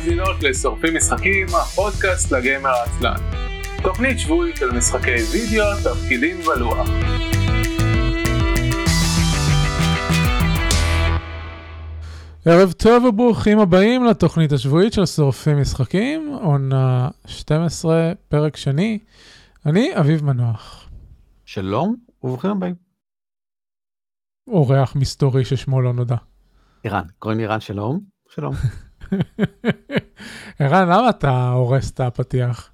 מאזינות לשורפים משחקים, הפודקאסט לגיימר העצלן. תוכנית שבועית של משחקי וידאו, תפקידים ולוח. ערב טוב וברוכים הבאים לתוכנית השבועית של שורפים משחקים, עונה 12, פרק שני. אני אביב מנוח. שלום וברוכים הבאים. אורח מסתורי ששמו לא נודע. ערן, קוראים לי ערן, שלום. שלום. ערן, למה אתה הורס את הפתיח?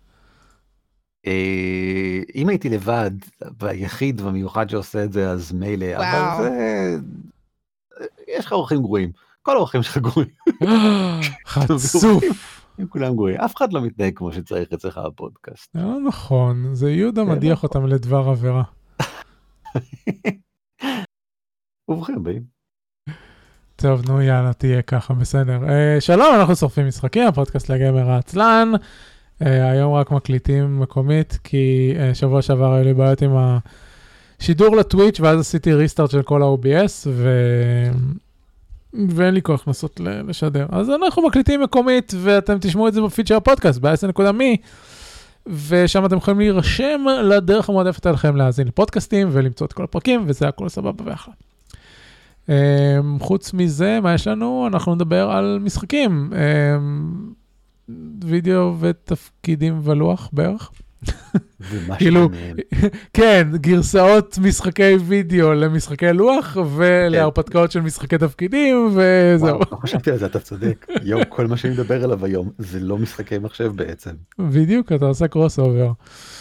אם הייתי לבד, והיחיד והמיוחד שעושה את זה, אז מילא, אבל זה... יש לך אורחים גרועים. כל האורחים שלך גרועים. חצוף. הם כולם גרועים. אף אחד לא מתנהג כמו שצריך אצלך בפודקאסט. לא נכון, זה יהודה מדיח אותם לדבר עבירה. וברוכים הבאים. טוב, נו יאללה, תהיה ככה, בסדר. שלום, אנחנו שורפים משחקים, הפודקאסט לגיימר העצלן. היום רק מקליטים מקומית, כי שבוע שעבר היו לי בעיות עם השידור לטוויץ', ואז עשיתי ריסטארט של כל ה-OBS, ואין לי כוח לנסות לשדר. אז אנחנו מקליטים מקומית, ואתם תשמעו את זה בפיד של הפודקאסט, ב-10.me, ושם אתם יכולים להירשם לדרך המועדפת עליכם להאזין לפודקאסטים, ולמצוא את כל הפרקים, וזה הכל סבבה ואחלה. חוץ מזה, מה יש לנו? אנחנו נדבר על משחקים, וידאו ותפקידים ולוח בערך. כאילו, כן, גרסאות משחקי וידאו למשחקי לוח, ולהרפתקאות של משחקי תפקידים, וזהו. לא חשבתי על זה, אתה צודק. יום, כל מה שאני מדבר עליו היום, זה לא משחקי מחשב בעצם. בדיוק, אתה עושה קרוס אובר.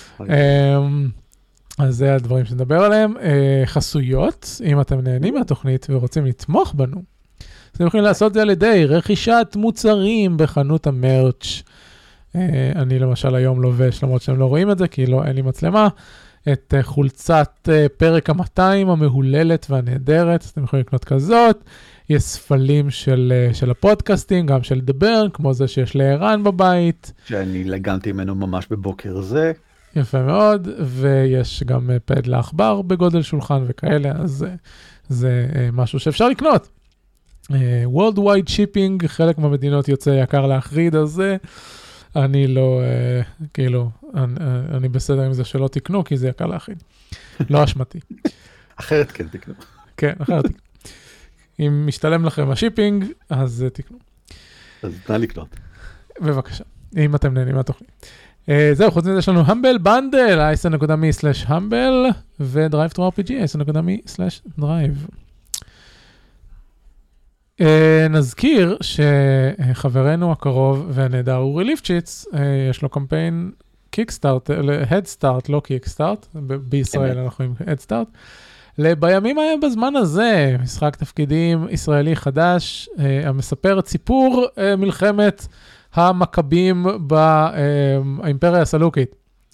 אז זה הדברים שנדבר עליהם. חסויות, אם אתם נהנים מהתוכנית ורוצים לתמוך בנו, אתם יכולים לעשות זה על ידי רכישת מוצרים בחנות המרץ'. אני למשל היום לובש, למרות שהם לא רואים את זה, כי אין לי מצלמה, את חולצת פרק ה-200 המהוללת והנהדרת, אז אתם יכולים לקנות כזאת. יש ספלים של הפודקאסטים, גם של דבר, כמו זה שיש לערן בבית. שאני לגנתי ממנו ממש בבוקר זה. יפה מאוד, ויש גם פד לעכבר בגודל שולחן וכאלה, אז זה משהו שאפשר לקנות. Worldwide shipping, חלק מהמדינות יוצא יקר להחריד, אז אני לא, כאילו, אני בסדר עם זה שלא תקנו, כי זה יקר להחריד. לא אשמתי. אחרת כן תקנו. כן, אחרת תקנו. אם משתלם לכם השיפינג, אז תקנו. אז נא לקנות. בבקשה, אם אתם נהנים מהתוכנית. זהו, חוץ מזה יש לנו המבל בנדל, ה10.me/humble, ודרייב טרו RPG, ה10.me/drive. נזכיר שחברנו הקרוב והנהדר אורי ליפצ'יץ, יש לו קמפיין קיקסטארט, הדסטארט, לא קיקסטארט, בישראל אנחנו עם הדסטארט, בימים ההם בזמן הזה, משחק תפקידים ישראלי חדש, המספר את סיפור מלחמת המכבים באימפריה הסלוקית.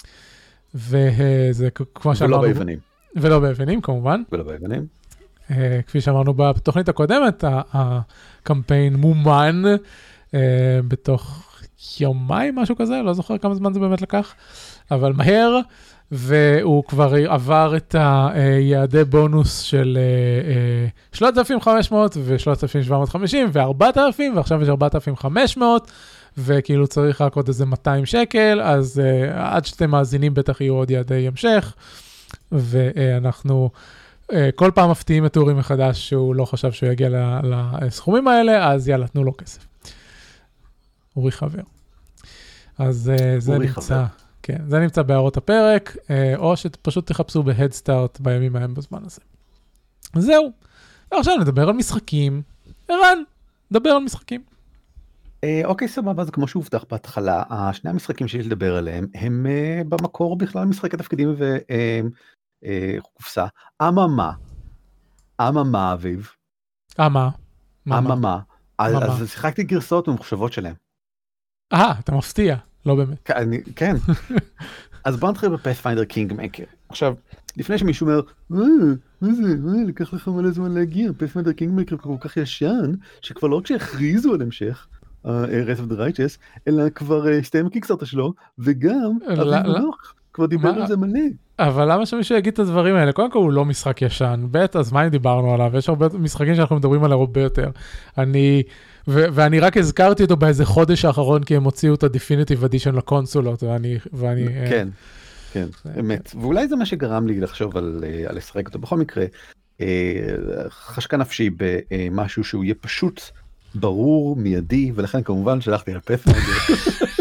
וזה כמו שאמרנו... ולא ביוונים. ולא ביוונים, כמובן. ולא ביוונים. כפי שאמרנו בתוכנית הקודמת, הקמפיין מומן בתוך יומיים, משהו כזה, לא זוכר כמה זמן זה באמת לקח, אבל מהר, והוא כבר עבר את היעדי בונוס של 3,500 ו-3,750 ו-4,000, ועכשיו יש 4,500, וכאילו צריך רק עוד איזה 200 שקל, אז עד שאתם מאזינים בטח יהיו עוד יעדי המשך, ואנחנו כל פעם מפתיעים את אורי מחדש שהוא לא חשב שהוא יגיע לסכומים האלה, אז יאללה, תנו לו כסף. אורי חבר. אז זה נמצא, כן, זה נמצא בהערות הפרק, או שפשוט תחפשו בהדסטארט בימים ההם בזמן הזה. זהו. עכשיו נדבר על משחקים. ערן, דבר על משחקים. אוקיי, סבבה, אז כמו שהובטח בהתחלה, שני המשחקים שיש לדבר עליהם, הם במקור בכלל משחקי תפקידים קופסה. אממה, אביב. אממה. אז שיחקתי גרסאות ממוחשבות שלהם. אתה מפתיע, לא באמת. כן. אז בוא נתחיל בפאת'פיינדר קינגמקר. עכשיו, לפני שמישהו אומר, מה זה, לקח לך מלא זמן להגיע, פאת'פיינדר קינגמקר כל כך ישן, שכבר לא רק שהכריזו על המשך, Wrath of the Righteous, אלא כבר הסתיים הקיקסטארטר שלו, וגם, כבר דיבר על זה מלא. אבל למה שמישהו יגיד את הדברים האלה? קודם כל הוא לא משחק ישן, אז מה אם דיברנו עליו? יש הרבה משחקים שאנחנו מדברים עליו הרבה יותר. ואני רק הזכרתי אותו באיזה חודש האחרון, כי הם הוציאו את ה-Definitive Edition לקונסולות, ואני... כן, כן, אמת. ואולי זה מה שגרם לי לחשוב על לשחק אותו. בכל מקרה, חשקה נפשי במשהו שהוא יהיה פשוט ברור, מיידי, ולכן כמובן שלחתי על פאת'פיינדר.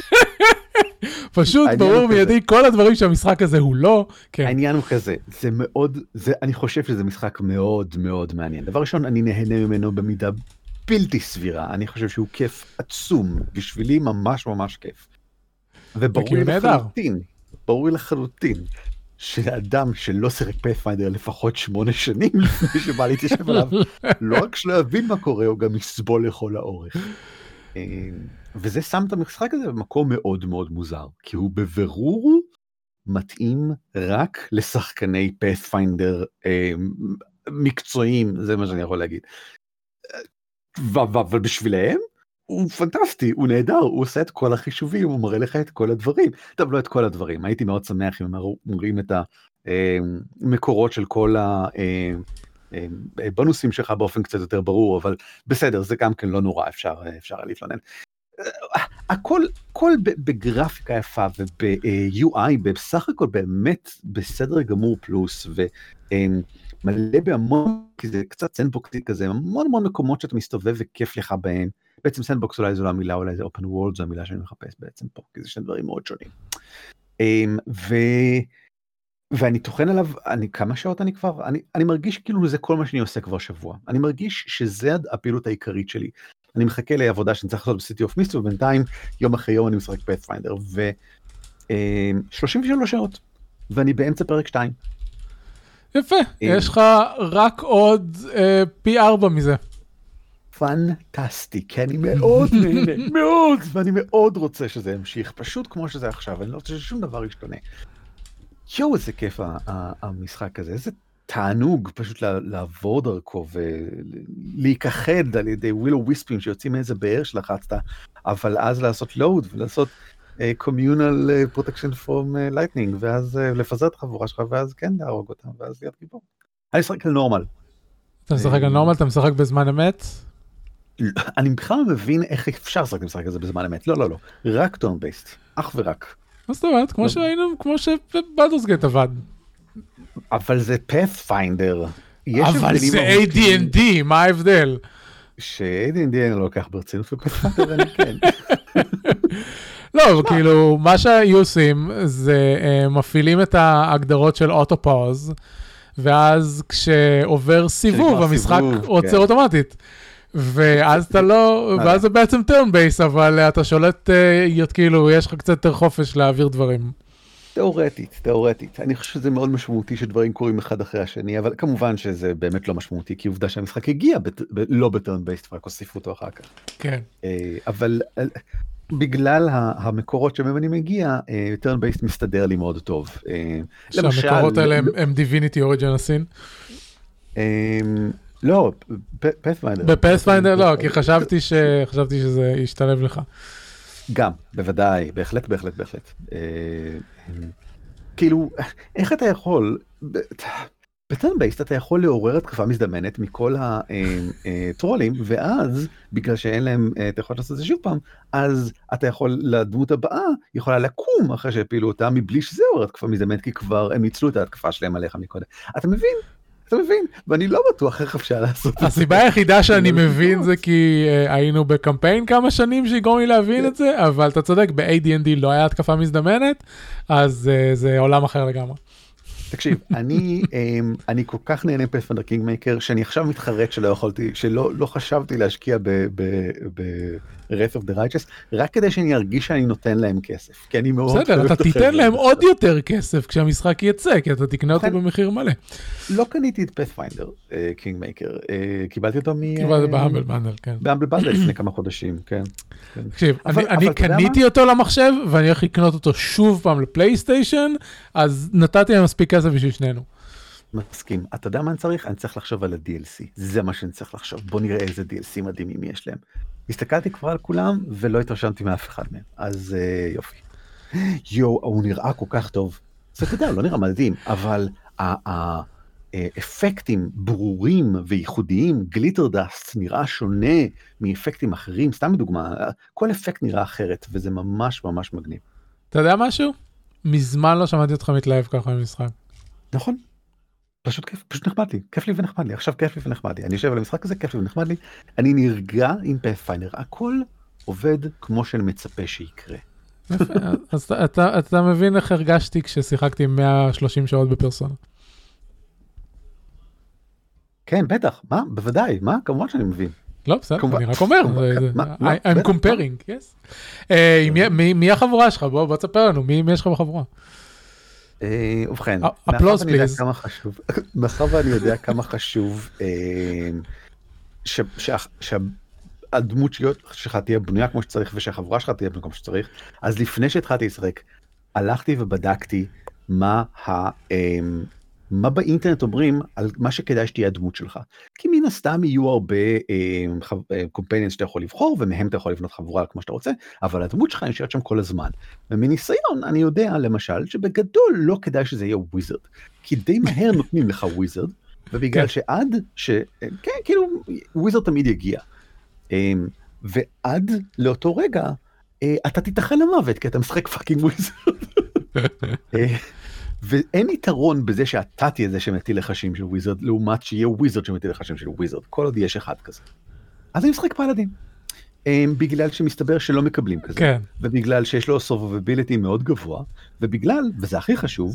פשוט ברור מיידי, כל הדברים שהמשחק הזה הוא לא. העניין הוא כזה, זה מאוד, אני חושב שזה משחק מאוד מאוד מעניין. דבר ראשון, אני נהנה ממנו במידה בלתי סבירה, אני חושב שהוא כיף עצום, בשבילי ממש ממש כיף. וברור לחלוטין, שאדם שלא שיחק פאת'פיינדר לפחות 8 שנים לפני שבא להתיישב עליו, לא רק שלא יבין מה קורה, הוא גם יסבול לכל האורך. וזה שם את המשחק הזה במקום מאוד מאוד מוזר, כי הוא בבירור מתאים רק לשחקני פאת'פיינדר מקצועיים, זה מה שאני יכול להגיד. אבל בשבילהם הוא פנטסטי, הוא נהדר, הוא עושה את כל החישובים, הוא מראה לך את כל הדברים. טוב, לא את כל הדברים, הייתי מאוד שמח אם מראים את המקורות של כל הבונוסים שלך באופן קצת יותר ברור, אבל בסדר, זה גם כן לא נורא, אפשר להתלונן. הכל בגרפיקה יפה וב-UI, בסך הכל באמת בסדר גמור פלוס, ומלא בהמון, כי זה קצת סנדבוקסי כזה, המון המון מקומות שאתה מסתובב וכיף לך בהם. בעצם סנדבוקס אולי זו לא המילה, אולי זה open world, זו המילה שאני מחפש בעצם פה, כי זה שני דברים מאוד שונים. ואני תוכן עליו, כמה שעות אני מרגיש כאילו זה כל מה שאני עושה כבר שבוע. אני מרגיש שזה הפעילות העיקרית שלי. אני מחכה לעבודה שאני צריך לעשות בסיטי אוף מיסט, ובינתיים יום אחרי יום אני משחק פאת'פיינדר, 33 שעות, ואני באמצע פרק 2. יפה, יש לך רק עוד פי 4 מזה. פנטסטי, כי אני מאוד נהנה, מאוד, ואני מאוד רוצה שזה ימשיך, פשוט כמו שזה עכשיו, אני לא רוצה ששום דבר ישתנה. יואו, איזה כיף המשחק הזה, איזה תענוג פשוט לעבור דרכו ולהיכחד על ידי ווילו וויספים שיוצאים מאיזה באר שלחצת, אבל אז לעשות לואוד ולעשות communal protection from lightning, ואז לפזר את החבורה שלך, ואז כן להרוג אותם, ואז להיות גיבור. אני משחק על נורמל. אתה משחק על נורמל? אתה משחק בזמן אמת? אני בכלל לא מבין איך אפשר לשחק משחק הזה בזמן אמת. לא, לא, לא. רק turn based. אך ורק. מה זאת אומרת? כמו שהיינו, כמו שבאלדורס גייט עבד. אבל זה Pathfinder. אבל זה AD&D, מה ההבדל? ש-AD&D אני לא לוקח ברצינות ופאת'פיינדר אני כן. לא, כאילו, מה שהיו עושים זה מפעילים את ההגדרות של אוטו-פוז, ואז כשעובר סיבוב, המשחק עוצר אוטומטית. ואז אתה לא, ואז זה בעצם turn base, אבל אתה שולט, כאילו, יש לך קצת יותר חופש להעביר דברים. תיאורטית. אני חושב שזה מאוד משמעותי שדברים קורים אחד אחרי השני, אבל כמובן שזה באמת לא משמעותי, כי עובדה שהמשחק הגיע לא ב-turn based, רק הוסיפו אותו אחר כך. כן. אבל בגלל המקורות שמהם אני מגיע, turn based מסתדר לי מאוד טוב. שהמקורות האלה הם Divinity Origin Sin? לא, Pathfinder. בפאת'פיינדר לא, כי חשבתי שזה ישתלב לך. גם, בוודאי, בהחלט. כאילו, איך אתה יכול, בטרן בייסט אתה יכול לעורר התקפה מזדמנת מכל הטרולים, ואז, בגלל שאין להם, אתה יכול לעשות את זה שוב פעם, אז אתה יכול, לדמות הבאה, יכולה לקום אחרי שהפילו אותה, מבלי שזה עורר התקפה מזדמנת, כי כבר הם ניצלו את ההתקפה שלהם עליך מקודם. אתה מבין? ואני לא בטוח איך אפשר לעשות את זה. הסיבה היחידה שאני מבין זה כי היינו בקמפיין כמה שנים שיגרום לי להבין את זה, אבל אתה צודק, ב-AD&D לא היה התקפה מזדמנת, אז זה עולם אחר לגמרי. תקשיב, אני כל כך נהנה פאת'פיינדר קינגמייקר, שאני עכשיו מתחרט שלא חשבתי להשקיע ב-Wrath of the Righteous, רק כדי שאני ארגיש שאני נותן להם כסף, כי אני מאוד... בסדר, אתה תיתן להם עוד יותר כסף כשהמשחק יצא, כי אתה תקנה אותו במחיר מלא. לא קניתי את פאת'פיינדר קינגמייקר, קיבלתי אותו קיבלתי בהמבל בנדל, כן. בהמבל בנדל לפני כמה חודשים, כן. תקשיב, אני קניתי אותו למחשב, ואני הולך לקנות אותו שוב פעם לפלייסטיישן, אז נתתי להם מספיק כסף בשביל שנינו. מסכים. אתה יודע מה אני צריך? אני צריך לחשוב על ה-DLC. זה מה שאני צריך לחשוב. בוא נראה איזה DLC מדהימים יש להם. הסתכלתי כבר על כולם, ולא התרשמתי מאף אחד מהם. אז יופי. הוא נראה כל כך טוב. זה אתה יודע, לא נראה מדהים, אבל האפקטים ברורים וייחודיים, גליטר דאסט נראה שונה מאפקטים אחרים, סתם בדוגמה, כל אפקט נראה אחרת, וזה ממש ממש מגניב. אתה יודע משהו? מזמן לא שמעתי אותך מתלהב ככה במשחק. נכון. פשוט כיף, פשוט נחמד לי, כיף לי ונחמד לי, עכשיו כיף לי ונחמד לי, אני יושב על המשחק הזה, כיף לי ונחמד לי, אני נרגע עם פאת'פיינדר, הכל עובד כמו שאני מצפה שיקרה. יפה, אז אתה מבין איך הרגשתי כששיחקתי 130 שעות בפרסונה. כן, בטח, מה? בוודאי, מה? כמובן שאני מבין. לא, בסדר, אני רק אומר, I'm comparing, yes. מי החבורה שלך? בוא תספר לנו, מי יש לך בחבורה? ובכן, אפלוז פליז. מאחר ואני יודע כמה חשוב שהדמות שלך תהיה בנויה כמו שצריך ושהחבורה שלך תהיה בנויה כמו שצריך, אז לפני שהתחלתי לשחק, הלכתי ובדקתי מה באינטרנט אומרים על מה שכדאי שתהיה הדמות שלך. כי מן הסתם יהיו הרבה קומפיינס שאתה יכול לבחור, ומהם אתה יכול לבנות חבורה כמו שאתה רוצה, אבל הדמות שלך נשארת שם כל הזמן. ומניסיון אני יודע למשל שבגדול לא כדאי שזה יהיה וויזרד, כי די מהר נותנים לך וויזרד, ובגלל כן, כאילו וויזרד תמיד יגיע. ועד לאותו רגע, אתה תיתכן למוות, כי אתה משחק פאקינג וויזרד. ואין יתרון בזה שאתה תהיה זה שמטיל לך שם של וויזרד, לעומת שיהיה וויזרד שמטיל לך שם של וויזרד, כל עוד יש אחד כזה. אז אני משחק פלאדין, בגלל שמסתבר שלא מקבלים כזה, כן. ובגלל שיש לו survivability מאוד גבוה, ובגלל, וזה הכי חשוב,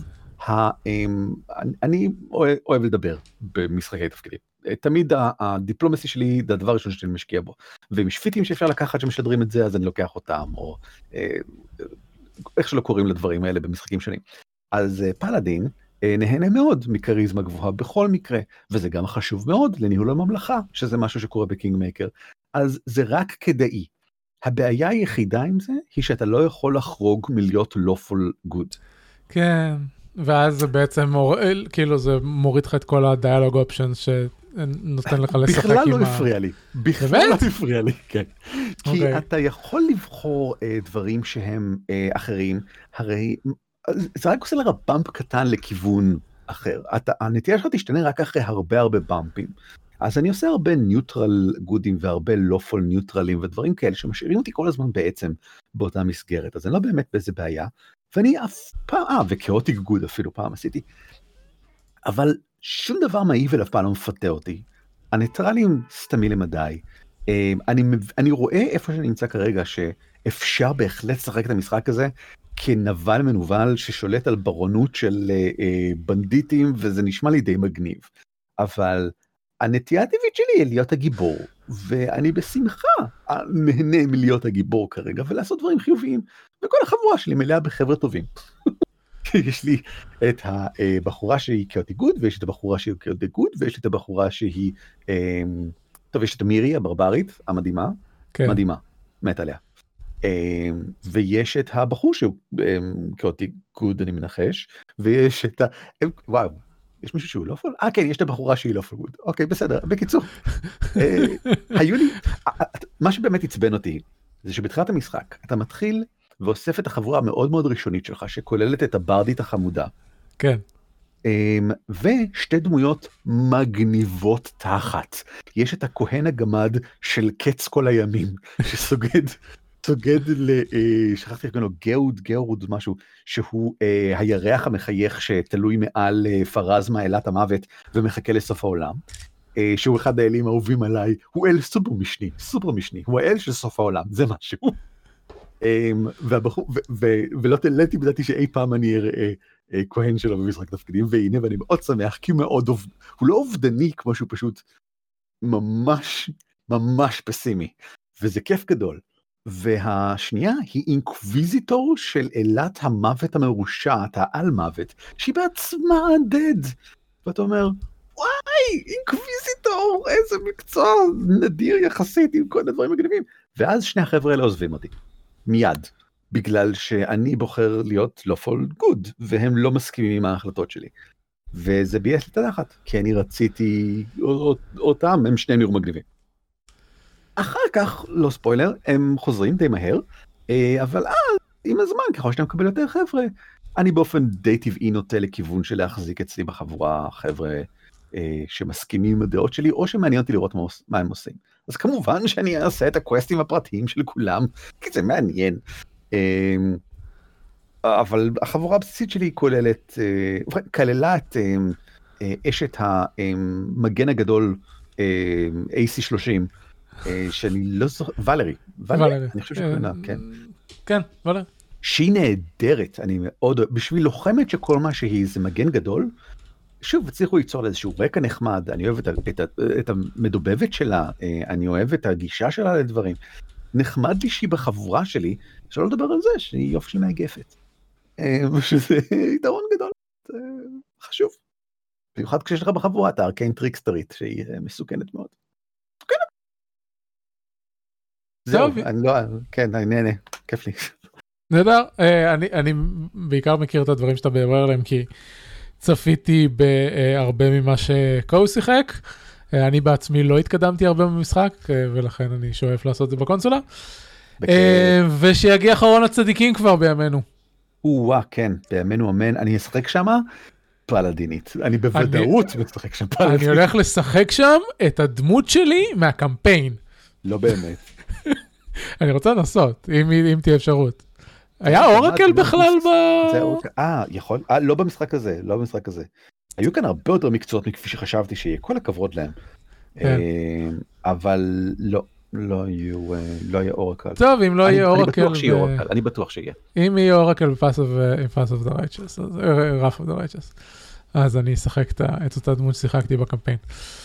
אני אוהב לדבר במשחקי תפקידים. תמיד הדיפלומסי שלי זה הדבר הראשון שאני משקיע בו, ואם יש פיטים שאפשר לקחת שמשדרים את זה, אז אני לוקח אותם, או איך שלא קוראים לדברים האלה במשחקים שונים. אז פלאדין נהנה מאוד מקריזמה גבוהה בכל מקרה, וזה גם חשוב מאוד לניהול הממלכה, שזה משהו שקורה בקינג מייקר, אז זה רק כדאי. הבעיה היחידה עם זה, היא שאתה לא יכול לחרוג מלהיות lawful good. כן, ואז זה בעצם, כאילו זה מוריד לך את כל הדיאלוג אופשן שנותן לך לשחק עם בכלל לא הפריע לי, בכלל לא הפריע לי, כן. כי אתה יכול לבחור דברים שהם אחרים, הרי זה רק עושה לך באמפ קטן לכיוון אחר. הנטייה שלך תשתנה רק אחרי הרבה באמפים. אז אני עושה הרבה ניוטרל גודים והרבה לופול ניוטרלים ודברים כאלה שמשאירים אותי כל הזמן בעצם באותה מסגרת. אז אני לא באמת באיזה בעיה. ואני אף פעם, וכאוטיק גוד אפילו פעם עשיתי. אבל שום דבר מהאיבל אף פעם לא מפתה אותי. הניטרלים סתמי למדי. אני רואה איפה שאני נמצא כרגע שאפשר בהחלט לשחק את המשחק הזה, כנבל מנובל ששולט על ברונות של בנדיטים, וזה נשמע לי די מגניב. אבל הנטייה הטבעית שלי היא להיות הגיבור, ואני בשמחה נהנה מלהיות הגיבור כרגע, ולעשות דברים חיוביים, וכל החבורה שלי מלאה בחבר'ה טובים. יש לי את הבחורה שהיא כאותי גוד, ויש את הבחורה שהיא כאותי גוד, ויש לי את הבחורה שהיא, טוב, יש את מירי הברברית, המדהימה, כן. מדהימה, מת עליה. ויש את הבחור שהוא כאותי גוד, אני מנחש, ויש את וואו, יש מישהו שהוא לא פול? כן, יש את הבחורה שהיא לא פול גוד. אוקיי, בסדר, בקיצור. היו לי, מה שבאמת עצבן אותי, זה שבתחילת המשחק, אתה מתחיל ואוסף את החבורה המאוד מאוד ראשונית שלך, שכוללת את הברדית החמודה. כן. ושתי דמויות מגניבות תחת. יש את הכהן הגמד של קץ כל הימים, שסוגד שכחתי לקרוא לו גאוד משהו, שהוא הירח המחייך שתלוי מעל פרזמה אלת המוות ומחכה לסוף העולם, שהוא אחד האלים האהובים עליי, הוא אל סופר משני, הוא האל של סוף העולם, זה משהו. ולא תלתי בדעתי שאי פעם אני אראה כהן שלו במשחק תפקידים, והנה, ואני מאוד שמח, כי הוא לא אובדני כמו שהוא פשוט ממש פסימי, וזה כיף גדול. והשנייה היא אינקוויזיטור של אלת המוות המרושעת, העל מוות, שהיא בעצמה undead. ואתה אומר, וואי, אינקוויזיטור, איזה מקצוע נדיר יחסית עם כל הדברים מגניבים. ואז שני החבר'ה האלה עוזבים אותי, מיד, בגלל שאני בוחר להיות lawful good, והם לא מסכימים עם ההחלטות שלי. וזה בייס לי את הדחת, כי אני רציתי אותם, הם שניהם נראו מגניבים. אחר כך, לא ספוילר, הם חוזרים די מהר, אבל אז, עם הזמן, ככל שאתה מקבל יותר חבר'ה, אני באופן די טבעי נוטה לכיוון של להחזיק אצלי בחבורה חבר'ה שמסכימים עם הדעות שלי, או שמעניין אותי לראות מה הם עושים. אז כמובן שאני אעשה את הקווסטים הפרטיים של כולם, כי זה מעניין. אבל החבורה הבסיסית שלי כללה את אשת המגן הגדול AC30, שאני לא זוכר, ולרי, אני חושב שקוראים, כן. כן, ולרי. שהיא נהדרת, אני מאוד, בשביל לוחמת שכל מה שהיא זה מגן גדול, שוב, הצליחו ליצור לאיזשהו רקע נחמד, אני אוהב את המדובבת שלה, אני אוהב את הגישה שלה לדברים. נחמד לי שהיא בחבורה שלי, שלא לדבר על זה, שהיא יופי של מאגפת. שזה יתרון גדול, זה חשוב. במיוחד כשיש לך בחבורה את הארקיין טריקסטרית, שהיא מסוכנת מאוד. זהו, אני לא, כן, אני נהנה, כיף לי. נהדר, אני בעיקר מכיר את הדברים שאתה מדבר עליהם, כי צפיתי בהרבה ממה שקו שיחק, אני בעצמי לא התקדמתי הרבה במשחק, ולכן אני שואף לעשות את זה בקונסולה, ושיגיע אחרון הצדיקים כבר בימינו. כן, בימינו אמן, אני אשחק שמה פלדינית, אני בוודאות משחק שם פלדינית. אני הולך לשחק שם את הדמות שלי מהקמפיין. לא באמת. אני רוצה לנסות, אם תהיה אפשרות. היה אורקל בכלל יכול, לא במשחק הזה, לא במשחק הזה. היו כאן הרבה יותר מקצועות מכפי שחשבתי שיהיה, כל הכבוד להם. אבל לא יהיה אורקל. טוב, אם לא יהיה אורקל, אני בטוח שיהיה. אם יהיה אורקל בפאס of the righteous, רף of the righteous, אז אני אשחק את אותה דמות ששיחקתי בקמפיין.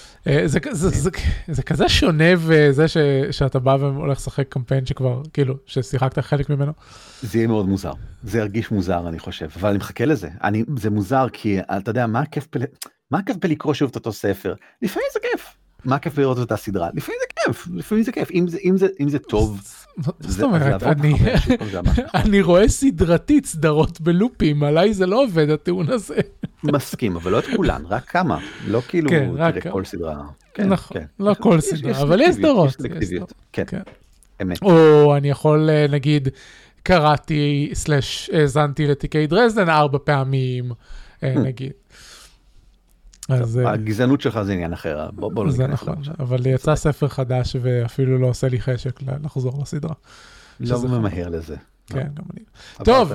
זה כזה שונה וזה שאתה בא והולך לשחק קמפיין שכבר, כאילו, ששיחקת חלק ממנו. זה יהיה מאוד מוזר, זה ירגיש מוזר אני חושב, אבל אני מחכה לזה, זה מוזר כי אתה יודע מה הכיף בלקרוא שוב את אותו ספר, לפעמים זה כיף, מה הכיף לראות את הסדרה, לפעמים זה כיף, אם זה טוב. זאת אומרת, אני רואה סדרתית סדרות בלופים, עליי זה לא עובד הטיעון הזה. מסכים, אבל לא את כולן, רק כמה, לא כאילו תראה כל סדרה. נכון, לא כל סדרה, אבל יש סדרות. כן, אמת. או אני יכול, נגיד, קראתי / האזנתי לתיקי דרזדן 4 פעמים, נגיד. הגזענות שלך זה עניין אחר, בוא זה נכון, אבל יצא ספר חדש ואפילו לא עושה לי חשק לחזור לסדרה. לא ממהר לזה. כן, גם אני. טוב,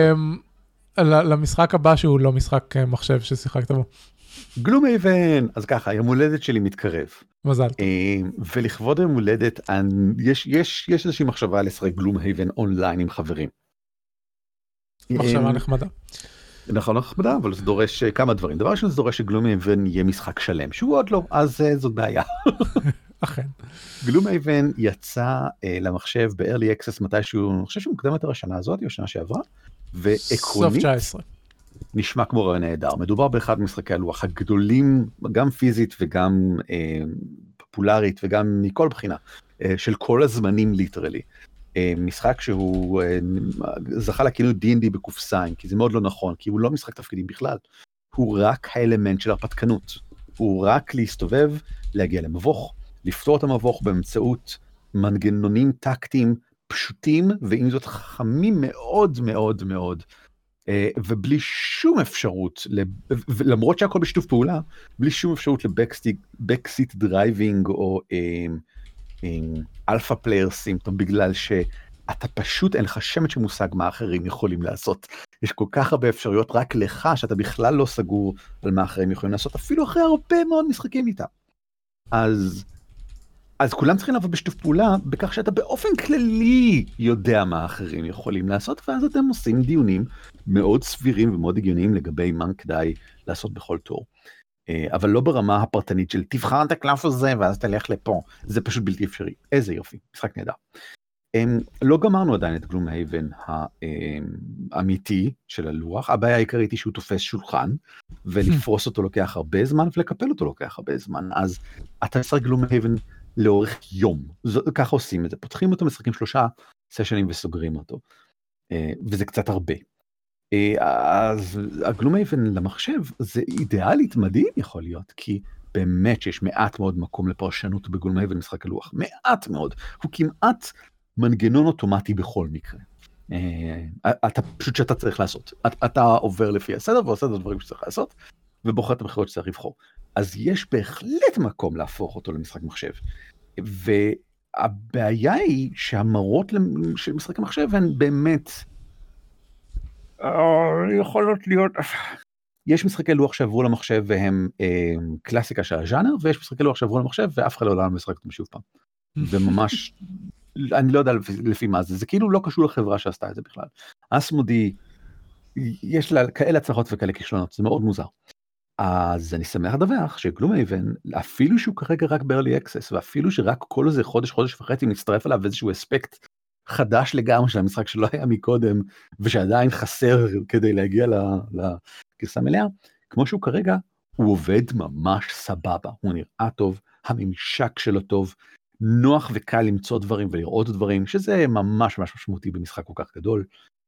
למשחק הבא שהוא לא משחק מחשב ששיחקת בו. גלום הייבן, אז ככה, יום הולדת שלי מתקרב. מזל. ולכבוד יום הולדת, יש איזושהי מחשבה לשחק גלום הייבן אונליין עם חברים. מחשבה נחמדה. נכון, נחמדה, אבל זה דורש כמה דברים. דבר ראשון, זה דורש שגלום הייבן יהיה משחק שלם, שהוא עוד לא, אז זאת בעיה. אכן. גלום הייבן יצא למחשב ב-Early Access מתישהו, אני חושב שהוא מוקדם יותר השנה הזאת, או השנה שעברה, ועקרונית, סוף 19. נשמע כמו רעיון נהדר. מדובר באחד משחקי הלוח הגדולים, גם פיזית וגם פופולרית, וגם מכל בחינה, של כל הזמנים ליטרלי. משחק שהוא זכה לכינוי D&D בקופסיים, כי זה מאוד לא נכון, כי הוא לא משחק תפקידים בכלל, הוא רק האלמנט של הרפתקנות, הוא רק להסתובב, להגיע למבוך, לפתור את המבוך באמצעות מנגנונים טקטיים פשוטים, ועם זאת חכמים מאוד מאוד מאוד, ובלי שום אפשרות, למרות שהכל בשיתוף פעולה, בלי שום אפשרות לבקסיט דרייבינג או אלפא פלייר סימפטום, בגלל שאתה פשוט אין לך שמץ שמושג מה אחרים יכולים לעשות. יש כל כך הרבה אפשרויות רק לך, שאתה בכלל לא סגור על מה אחרים יכולים לעשות, אפילו אחרי הרבה מאוד משחקים איתם. אז כולם צריכים לעבוד בשיתוף פעולה, בכך שאתה באופן כללי יודע מה אחרים יכולים לעשות, ואז אתם עושים דיונים מאוד סבירים ומאוד הגיוניים לגבי מה כדאי לעשות בכל תור. אבל לא ברמה הפרטנית של תבחר את הקלף הזה ואז תלך לפה, זה פשוט בלתי אפשרי. איזה יופי, משחק נהדר. לא גמרנו עדיין את גלום הייבן האמיתי של הלוח, הבעיה העיקרית היא שהוא תופס שולחן, ולפרוס אותו לוקח הרבה זמן, ולקפל אותו לוקח הרבה זמן, אז אתה משחק גלום הייבן לאורך יום, ככה עושים את זה, פותחים אותו, משחקים 3 סשנים וסוגרים אותו, וזה קצת הרבה. אז הגלום הייבן למחשב זה אידיאלית מדהים יכול להיות, כי באמת שיש מעט מאוד מקום לפרשנות בגלום הייבן משחק הלוח, מעט מאוד, הוא כמעט מנגנון אוטומטי בכל מקרה. אתה פשוט שאתה צריך לעשות. אתה עובר לפי הסדר ועושה את הדברים שצריך לעשות, ובוחר את הבחירות שצריך לבחור. אז יש בהחלט מקום להפוך אותו למשחק מחשב. והבעיה היא שהמרות של משחק המחשב הן באמת יכולות להיות... יש משחקי לוח שעברו למחשב והם קלאסיקה של הז'אנר, ויש משחקי לוח שעברו למחשב ואף אחד לא עולה משחק אותם שוב פעם. וממש, אני לא יודע לפי מה זה, זה כאילו לא קשור לחברה שעשתה את זה בכלל. אסמודי, יש לה כאלה הצלחות וכאלה כישלונות, זה מאוד מוזר. אז אני שמח לדווח שגלומהייבן, אפילו שהוא כרגע רק ב-early access, ואפילו שרק כל איזה חודש וחצי מצטרף עליו איזשהו אספקט חדש לגמרי של המשחק שלא היה מקודם, ושעדיין חסר כדי להגיע לגרסה מלאה, כמו שהוא כרגע, הוא עובד ממש סבבה, הוא נראה טוב, הממשק שלו טוב, נוח וקל למצוא דברים ולראות דברים, שזה ממש משמעותי במשחק כל כך גדול.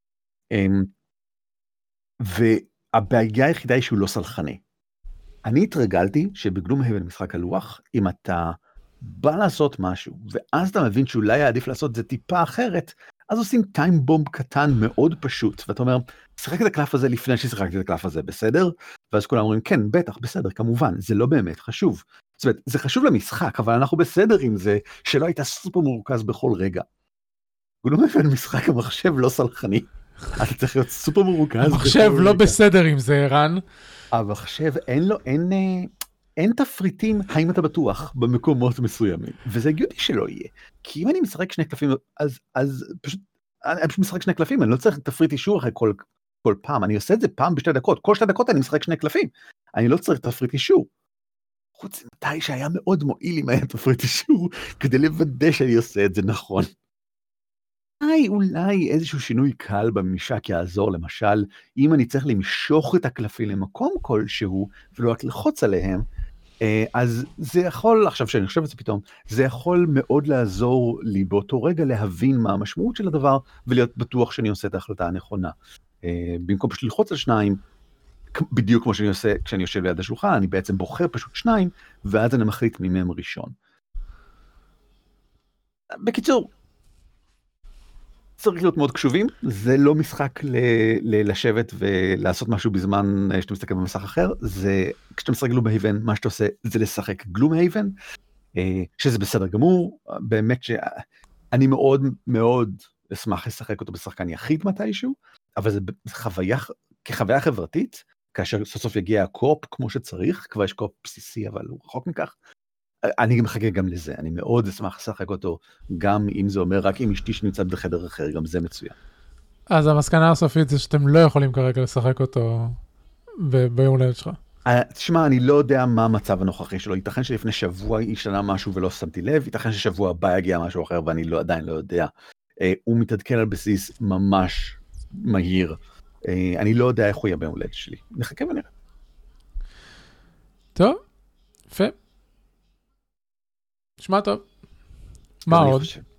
והבעיה היחידה היא שהוא לא סלחני. אני התרגלתי שבגלומהייבן משחק הלוח, אם אתה בא לעשות משהו, ואז אתה מבין שאולי היה עדיף לעשות את זה טיפה אחרת, אז עושים טיים בומב קטן מאוד פשוט, ואתה אומר, שחק את הקלף הזה לפני ששחקתי את הקלף הזה, בסדר? ואז כולם אומרים, כן, בטח, בסדר, כמובן, זה לא באמת חשוב. זאת אומרת, זה חשוב למשחק, אבל אנחנו בסדר עם זה, שלא הייתה סופר מורכז בכל רגע. גלומהייבן משחק המחשב לא סלחני, אתה צריך להיות סופר מורכז. המחשב לא בסדר עם זה, ערן. המחשב אין תפריטים, האם אתה בטוח במקומות מסוימים, וזה הגיוני שלא יהיה, כי אם אני משחק שני קלפים, אז פשוט, אני פשוט משחק שני קלפים, אני לא צריך תפריט אישור אחרי כל פעם, אני עושה את זה פעם בשתי דקות, כל 2 דקות אני משחק שני קלפים, אני לא צריך תפריט אישור, חוץ מתי שהיה מאוד מועיל אם היה תפריט אישור, כדי לוודא שאני עושה את זה נכון. אולי איזשהו שינוי קל בממשק יעזור, למשל, אם אני צריך למשוך את הקלפים למקום כלשהו, ולא רק לחוץ עליהם, אז זה יכול, עכשיו שאני חושב את זה פתאום, זה יכול מאוד לעזור לי באותו רגע להבין מה המשמעות של הדבר, ולהיות בטוח שאני עושה את ההחלטה הנכונה. במקום פשוט ללחוץ על 2, בדיוק כמו שאני עושה כשאני יושב ליד השולחן, אני בעצם בוחר פשוט 2, ואז אני מחליט ממם ראשון. בקיצור, צריך להיות מאוד קשובים, זה לא משחק לשבת ולעשות משהו בזמן שאתה מסתכל במסך אחר, זה כשאתה משחק גלומהייבן, מה שאתה עושה זה לשחק גלומהייבן, שזה בסדר גמור, באמת שאני מאוד מאוד אשמח לשחק אותו בשחקן יחיד מתישהו, אבל זה כחוויה חברתית, כאשר סוף סוף יגיע הקופ כמו שצריך, כבר יש קופ בסיסי אבל הוא רחוק מכך, אני מחכה גם לזה, אני מאוד אשמח לשחק אותו, גם אם זה אומר רק אם אשתי שנמצאת בחדר אחר, גם זה מצוין. אז המסקנה הסופית זה שאתם לא יכולים כרגע לשחק אותו ביום הולדת שלך. תשמע, אני לא יודע מה המצב הנוכחי שלו, ייתכן שלפני שבוע השתנה משהו ולא שמתי לב, ייתכן ששבוע הבא יגיע משהו אחר ואני עדיין לא יודע. הוא מתעדכן על בסיס ממש מהיר, אני לא יודע איך הוא יהיה ביום הולדת שלי, נחכה ונראה. טוב, יפה. נשמע טוב. מה עוד?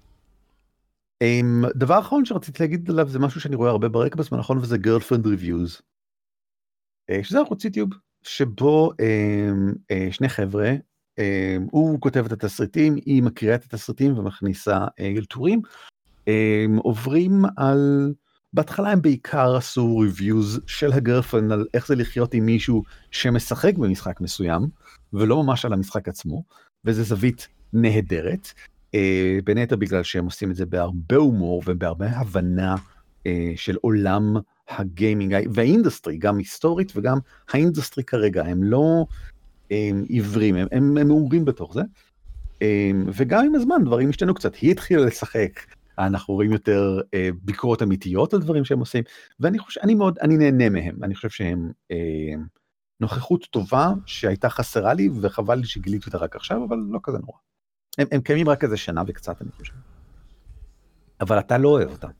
דבר אחרון שרציתי להגיד עליו זה משהו שאני רואה הרבה ברקע בזמן האחרון, וזה Girlfriend Reviews. שזה ערוץ יוטיוב שבו שני חבר'ה, הוא כותב את התסריטים, היא מקריאה את התסריטים ומכניסה אלתורים, עוברים על, בהתחלה הם בעיקר עשו reviews של הגרלפרנד על איך זה לחיות עם מישהו שמשחק במשחק מסוים, ולא ממש על המשחק עצמו, וזה זווית נהדרת, בין היתר בגלל שהם עושים את זה בהרבה הומור ובהרבה הבנה של עולם הגיימינג והאינדסטרי, גם היסטורית וגם האינדסטרי כרגע, הם לא עיוורים, הם מעורים בתוך זה, וגם עם הזמן דברים השתנו קצת, היא התחילה לשחק, אנחנו רואים יותר ביקורות אמיתיות על דברים שהם עושים, ואני חושב, אני נהנה מהם, אני חושב שהם נוכחות טובה שהייתה חסרה לי, וחבל לי שגיליתי אותה רק עכשיו, אבל לא כזה נורא. הם קיימים רק איזה שנה וקצת, אני חושב. אבל אתה לא אוהב אותם.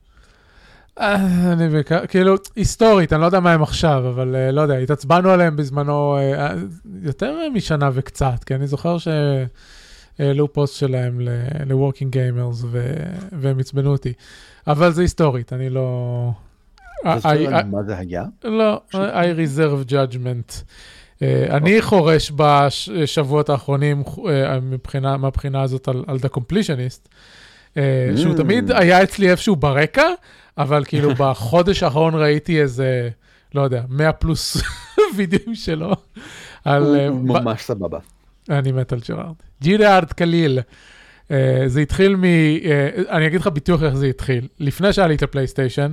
כאילו, היסטורית, אני לא יודע מה הם עכשיו, אבל לא יודע, התעצבנו עליהם בזמנו יותר משנה וקצת, כי אני זוכר שהעלו פוסט שלהם ל-Working Gamers, והם הצבנו אותי. אבל זה היסטורית, אני לא... אתה זוכר מה זה היה? לא, I reserve judgment. אני חורש בשבועות האחרונים מהבחינה הזאת על The Completionist, שהוא תמיד היה אצלי איפשהו ברקע, אבל כאילו בחודש האחרון ראיתי איזה, לא יודע, 100 פלוס וידאוים שלו. הוא ממש סבבה. אני מת על ג'רארד. ג'רארד קליל. זה התחיל אני אגיד לך בדיוק איך זה התחיל. לפני שהיה לי את הפלייסטיישן,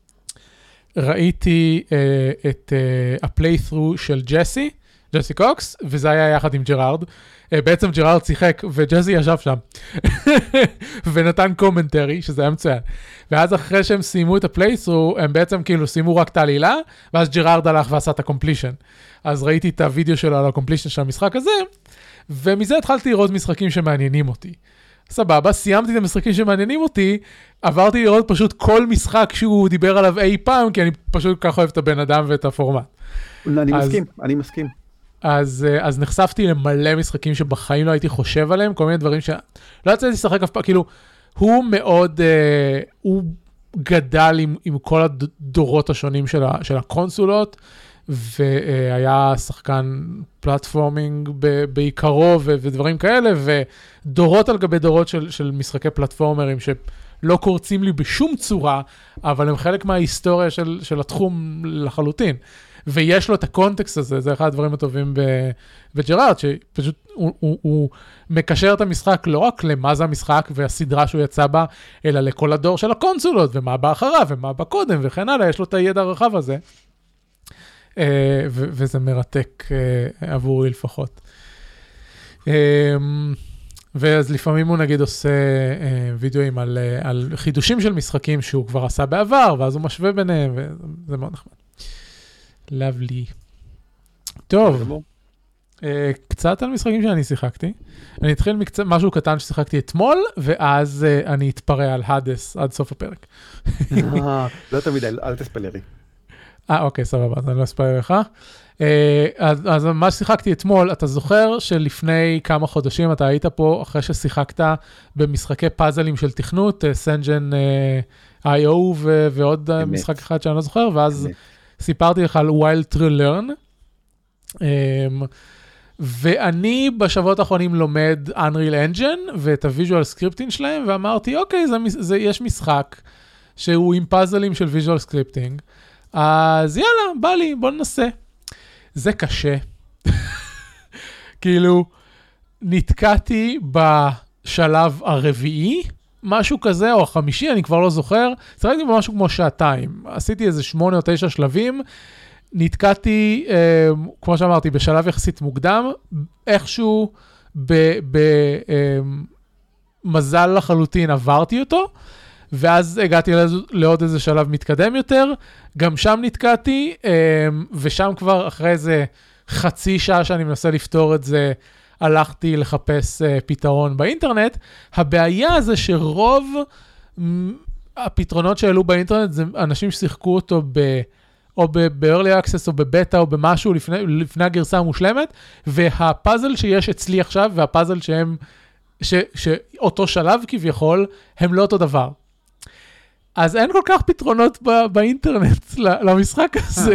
ראיתי את הפליית'רו של ג'סי קוקס, וזה היה יחד עם ג'רארד. בעצם ג'רארד שיחק, וג'סי ישב שם, ונתן קומנטרי, שזה היה מצוין. ואז אחרי שהם סיימו את הפליית'רו, הם בעצם כאילו סיימו רק את העלילה, ואז ג'רארד הלך ועשה את הקומפלישן. אז ראיתי את הוידאו שלו על הקומפלישן של המשחק הזה, ומזה התחלתי לראות משחקים שמעניינים אותי. סבבה, סיימתי את המשחקים שמעניינים אותי, עברתי לראות פשוט כל משחק שהוא דיבר עליו אי פעם, כי אני פשוט כך אוהב את הבן אדם ואת הפורמט. אני מסכים. אז נחשפתי למלא משחקים שבחיים לא הייתי חושב עליהם, כל מיני דברים שלא יצאתי לשחק אף פעם, כאילו, הוא מאוד, הוא גדל עם כל הדורות השונים של הקונסולות, והיה שחקן פלטפורמינג בעיקרו ודברים כאלה, ודורות על גבי דורות של משחקי פלטפורמרים שלא קורצים לי בשום צורה, אבל הם חלק מההיסטוריה של התחום לחלוטין. ויש לו את הקונטקסט הזה, זה אחד הדברים הטובים בג'רארד, שפשוט הוא מקשר את המשחק לא רק למה זה המשחק והסדרה שהוא יצא בה, אלא לכל הדור של הקונסולות, ומה בא אחריו, ומה בא קודם, וכן הלאה, יש לו את הידע הרחב הזה. וזה מרתק עבורי לפחות. ואז לפעמים הוא נגיד עושה וידאוים על חידושים של משחקים שהוא כבר עשה בעבר, ואז הוא משווה ביניהם, וזה מאוד נחמד. לבלי. טוב, קצת על משחקים שאני שיחקתי. אני אתחיל משהו קטן ששיחקתי אתמול, ואז אני אתפרע על הדס עד סוף הפרק. לא תמיד, אל תספלרי. אוקיי, סבבה, אז אני לא אספר לך. אז מה ששיחקתי אתמול, אתה זוכר שלפני כמה חודשים אתה היית פה, אחרי ששיחקת במשחקי פאזלים של תכנות, סנג'ן IO ועוד משחק אחד שאני לא זוכר, ואז סיפרתי לך על Wild to Learn, ואני בשבועות האחרונים לומד Unreal Engine ואת ה-Visual Scripting שלהם, ואמרתי, אוקיי, יש משחק שהוא עם פאזלים של Visual Scripting, אז יאללה, בא לי, בוא ננסה. זה קשה. כאילו, נתקעתי בשלב הרביעי, משהו כזה, או החמישי, אני כבר לא זוכר, שחקתי במשהו כמו שעתיים. עשיתי איזה 8 או 9 שלבים, נתקעתי, כמו שאמרתי, בשלב יחסית מוקדם, איכשהו במזל לחלוטין עברתי אותו, ואז הגעתי לעוד איזה שלב מתקדם יותר, גם שם נתקעתי, ושם כבר אחרי איזה חצי שעה שאני מנסה לפתור את זה, הלכתי לחפש פתרון באינטרנט. הבעיה זה שרוב הפתרונות שהעלו באינטרנט, זה אנשים ששיחקו אותו או ב-early access או בבטא או במשהו לפני הגרסה המושלמת, והפאזל שיש אצלי עכשיו, והפאזל שאותו שלב כביכול, הם לא אותו דבר. אז אין כל כך פתרונות באינטרנט למשחק הזה.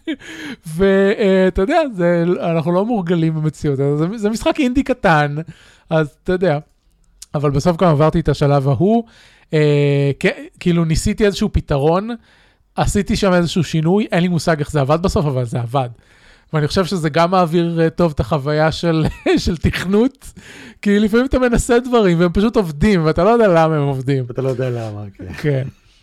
ואתה יודע, אנחנו לא מורגלים במציאות. זה משחק אינדי קטן, אז אתה יודע. אבל בסוף גם עברתי את השלב ההוא. כאילו ניסיתי איזשהו פתרון, עשיתי שם איזשהו שינוי, אין לי מושג איך זה עבד בסוף, אבל זה עבד. ואני חושב שזה גם מעביר טוב את החוויה של תכנות, כי לפעמים אתה מנסה דברים, והם פשוט עובדים, ואתה לא יודע למה הם עובדים. אתה לא יודע למה, כן. כן.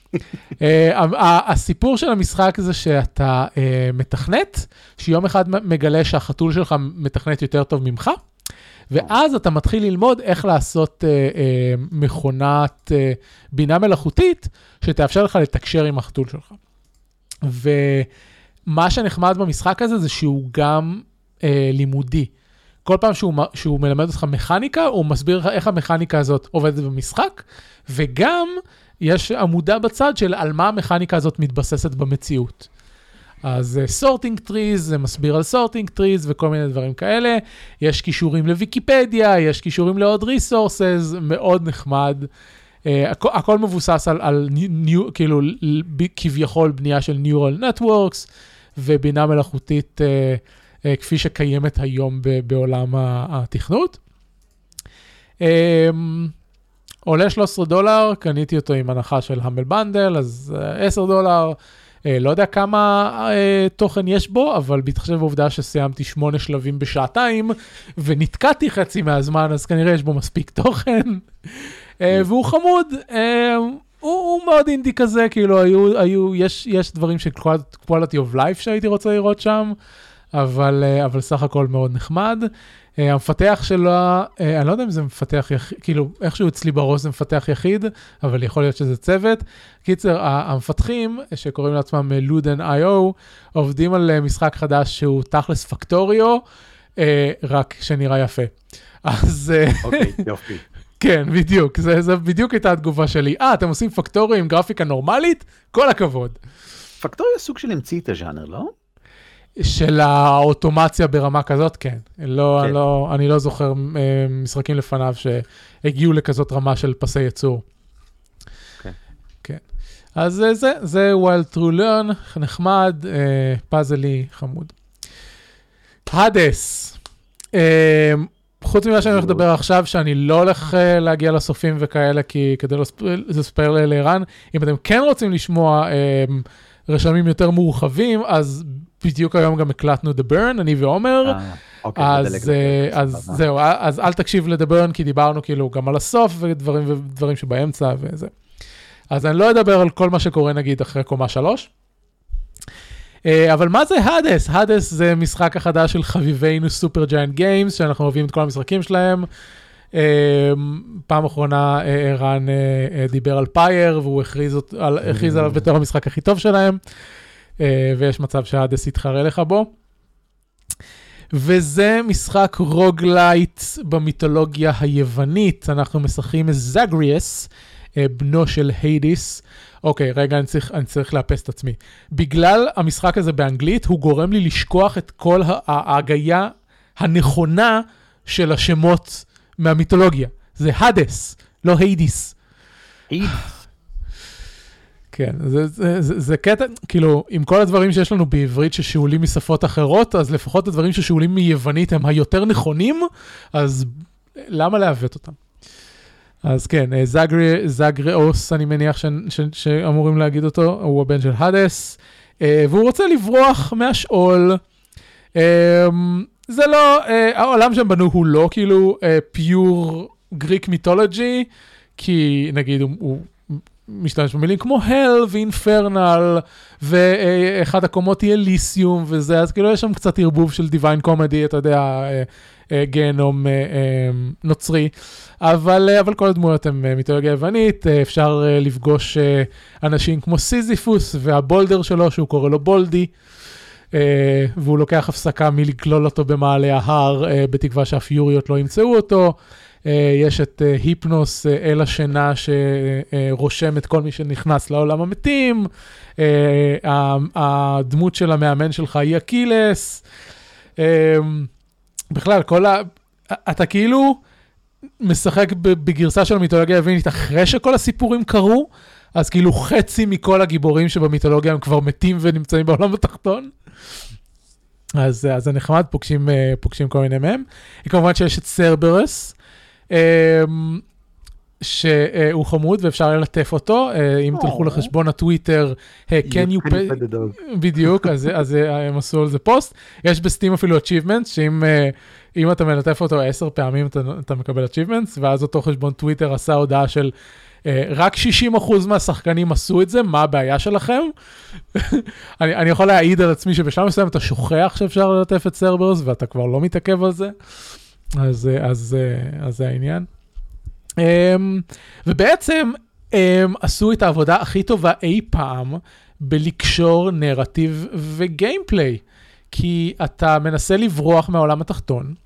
הסיפור של המשחק זה שאתה מתכנת, שיום אחד מגלה שהחתול שלך מתכנת יותר טוב ממך, ואז אתה מתחיל ללמוד איך לעשות מכונת בינה מלאכותית, שתאפשר לך לתקשר עם החתול שלך. ומה שנחמד במשחק הזה זה שהוא גם לימודי. כל פעם שהוא מלמד אותך מכניקה, הוא מסביר לך איך המכניקה הזאת עובדת במשחק, וגם יש עמודה בצד של על מה המכניקה הזאת מתבססת במציאות. אז sorting trees, זה מסביר על sorting trees וכל מיני דברים כאלה. יש קישורים לוויקיפדיה, יש קישורים לעוד resources, מאוד נחמד. הכל מבוסס על כאילו, כביכול בנייה של neural networks, ובינה מלאכותית כפי שקיימת היום בעולם התכנות. עולה $13, קניתי אותו עם הנחה של המבל בנדל, אז $10, לא יודע כמה תוכן יש בו, אבל בהתחשב בעובדה שסיימתי 8 שלבים בשעתיים, ונתקעתי חצי מהזמן, אז כנראה יש בו מספיק תוכן, והוא חמוד, הוא מאוד אינדי כזה, כאילו יש דברים של quality of life שהייתי רוצה לראות שם, אבל סך הכל מאוד נחמד. המפתח שלו, אני לא יודע אם זה מפתח יחיד, כאילו איכשהו אצלי בראש זה מפתח יחיד, אבל יכול להיות שזה צוות. קיצר, המפתחים שקוראים לעצמם Luden.io, עובדים על משחק חדש שהוא תכלס פקטוריו, רק שנראה יפה. אז... אוקיי, יופי. כן, בדיוק, זה בדיוק הייתה התגובה שלי. אתם עושים פקטוריו עם גרפיקה נורמלית? כל הכבוד. פקטוריו סוג של המציא את הז'אנר, לא? של האוטומציה ברמה כזאת, כן. אני לא זוכר משחקים לפניו שהגיעו לכזאת רמה של פסי יצור. כן. אז זה Wild True Learn, נחמד, פאזלי, חמוד. הדס. חוץ ממה שאני הולך לדבר עכשיו, שאני לא הולך להגיע לסופים וכאלה, כי כדי לספר לערן, אם אתם כן רוצים לשמוע רשמים יותר מורחבים, אז בדיוק היום גם הקלטנו The Burn, אני ועומר, אז זהו, אז אל תקשיב ל-The Burn, כי דיברנו כאילו גם על הסוף ודברים שבאמצע וזה. אז אני לא אדבר על כל מה שקורה נגיד אחרי קומה 3, אבל מה זה הדס? הדס זה משחק החדש של חביבינו סופר ג'יינט גיימס, שאנחנו אוהבים את כל המשחקים שלהם. פעם אחרונה ערן דיבר על פייר, והוא הכריז עליו בתור המשחק הכי טוב שלהם, ויש מצב שהדס יתחרה לך בו. וזה משחק רוגלייט במיתולוגיה היוונית. אנחנו משחקים זאגריאס, בנו של היידיס. אוקיי, רגע, אני צריך לאפס את עצמי. בגלל המשחק הזה באנגלית, הוא גורם לי לשכוח את כל ההגיה הנכונה של השמות מהמיתולוגיה. זה הדס, לא היידיס. היידיס. כן, זה קטע, כאילו, עם כל הדברים שיש לנו בעברית ששאולים משפות אחרות, אז לפחות הדברים ששאולים מיוונית הם היותר נכונים, אז למה לעוות אותם? אז כן, זאגריאוס, אני מניח שאמורים להגיד אותו, הוא הבן של הדס, והוא רוצה לברוח מהשאול. זה לא, העולם שהם בנו הוא לא כאילו פיור גריק מיתולוגי, כי נגיד הוא משתמש במילים כמו הל ואינפרנל, ואחד הקומות היא אליסיום וזה, אז כאילו יש שם קצת ערבוב של דיוויין קומדי, אתה יודע, גיהנום נוצרי, אבל כל הדמויות הן מיתולוגיה יוונית, אפשר לפגוש אנשים כמו סיזיפוס והבולדר שלו, שהוא קורא לו בולדי, והוא לוקח הפסקה מלגלול אותו במעלה ההר, בתקווה שהפיוריות לא ימצאו אותו. יש את היפנוס, אל השינה שרושם את כל מי שנכנס לעולם המתים. הדמות של המאמן שלך היא אקילס. בכלל, אתה כאילו משחק בגרסה של המיתולוגיה היוונית אחרי שכל הסיפורים קרו, אז כאילו חצי מכל הגיבורים שבמיתולוגיה הם כבר מתים ונמצאים בעולם התחתון. אז זה נחמד, פוגשים כל מיני מהם. כמובן שיש את סרברס, שהוא חמוד ואפשר ללטף אותו, אם תלכו לחשבון הטוויטר, can you pay, בדיוק, אז הם עשו על זה פוסט, יש בסטים אפילו achievements, שאם אתה מלטף אותו 10 פעמים אתה מקבל achievements, ואז אותו חשבון טוויטר עשה הודעה של, רק 60% מהשחקנים עשו את זה, מה הבעיה שלכם? אני יכול להעיד על עצמי שבשלב מסוים אתה שוכח שאפשר ללטף את סרברס, ואתה כבר לא מתעכב על זה, אז זה העניין. ובעצם עשו את העבודה הכי טובה אי פעם בלקשור נרטיב וגיימפליי, כי אתה מנסה לברוח מהעולם התחתון,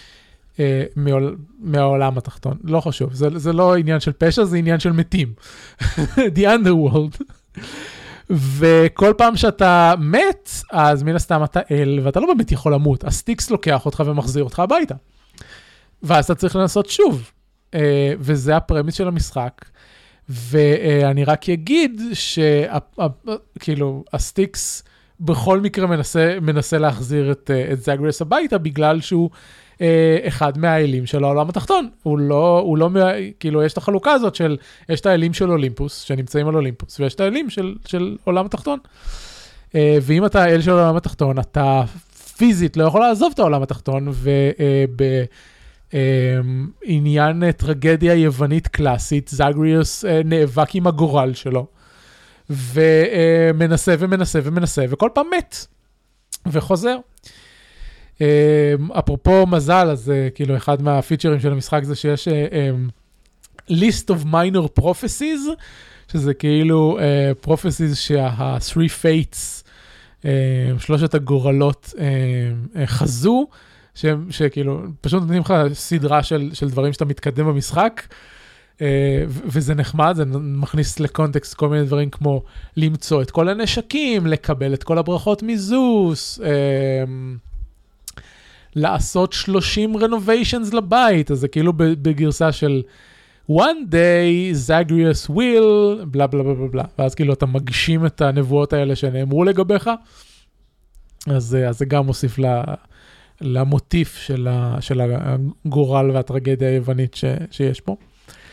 מהעולם התחתון, לא חשוב, זה לא עניין של פשע, זה עניין של מתים. The Underworld. וכל פעם שאתה מת, אז מן הסתם אתה אל, ואתה לא באמת יכול למות, הסטיקס לוקח אותך ומחזיר אותך הביתה. ואז אתה צריך לנסות שוב. וזה הפרמיס של המשחק. ואני רק אגיד שכאילו הסטיקס בכל מקרה מנסה להחזיר את זאגריאס הביתה, בגלל שהוא אחד מהאלים של העולם התחתון. הוא לא, כאילו, יש את החלוקה הזאת של, יש את האלים של אולימפוס, שנמצאים על אולימפוס, ויש את האלים של עולם התחתון. ואם אתה האל של העולם התחתון, אתה פיזית לא יכול לעזוב את העולם התחתון, ובעניין טרגדיה יוונית קלאסית, זאגריוס נאבק עם הגורל שלו, ומנסה ומנסה ומנסה, וכל פעם מת, וחוזר. אפרופו מזל, אז כאילו אחד מהפיצ'רים של המשחק זה שיש list of minor prophecies, שזה כאילו prophecies שה-three fates, שלושת הגורלות חזו, שכאילו פשוט נותנים לך סדרה של דברים שאתה מתקדם במשחק, וזה נחמד, זה מכניס לקונטקסט כל מיני דברים כמו למצוא את כל הנשקים, לקבל את כל הברכות מזוס, לעשות 30 renovations לבית, אז זה כאילו בגרסה של one day Zagreus will, בלה בלה בלה בלה, ואז כאילו אתה מגשים את הנבואות האלה שנאמרו לגביך, אז זה גם מוסיף למוטיף של הגורל והטרגדיה היוונית שיש פה.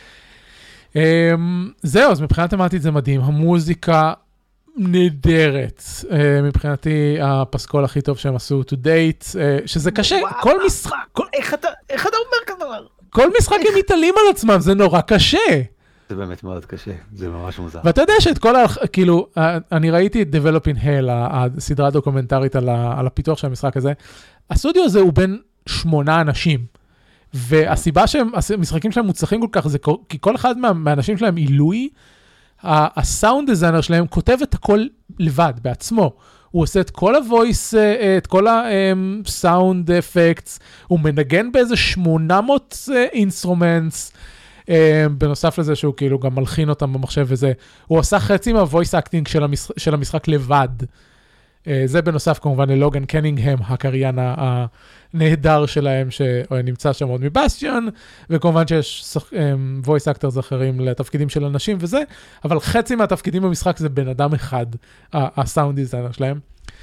זהו, אז מבחינת תמטית זה מדהים, המוזיקה נהדרת, מבחינתי הפסקול הכי טוב שהם עשו to date, שזה קשה, כל משחק... איך אתה אומר כזה דבר? כל משחק הם מתעלים על עצמם, זה נורא קשה. זה באמת מאוד קשה, זה ממש מוזר. ואתה יודע שאת כל כאילו, אני ראיתי את Develop in Hell, הסדרה הדוקומנטרית על הפיתוח של המשחק הזה, הסטודיו הזה הוא בין 8 אנשים, והסיבה שהמשחקים שלהם מוצלחים כל כך, זה כי כל אחד מהאנשים שלהם עילוי, הסאונד דיזיינר שלהם כותב את הכל לבד, בעצמו. הוא עושה את כל הוויס, את כל הסאונד אפקטס, הוא מנגן באיזה 800 אינסטרומנטס, בנוסף לזה שהוא כאילו גם מלחין אותם במחשב וזה, הוא עושה חצי מהוויס אקטינג של המשחק לבד. זה בנוסף כמובן ללוגן קנינגהם, הקריין הנהדר שלהם, שנמצא שם עוד מבאסטיון, וכמובן שיש וויס אקטרס אחרים לתפקידים של אנשים וזה, אבל חצי מהתפקידים במשחק זה בן אדם אחד, הסאונד דיזיינר שלהם.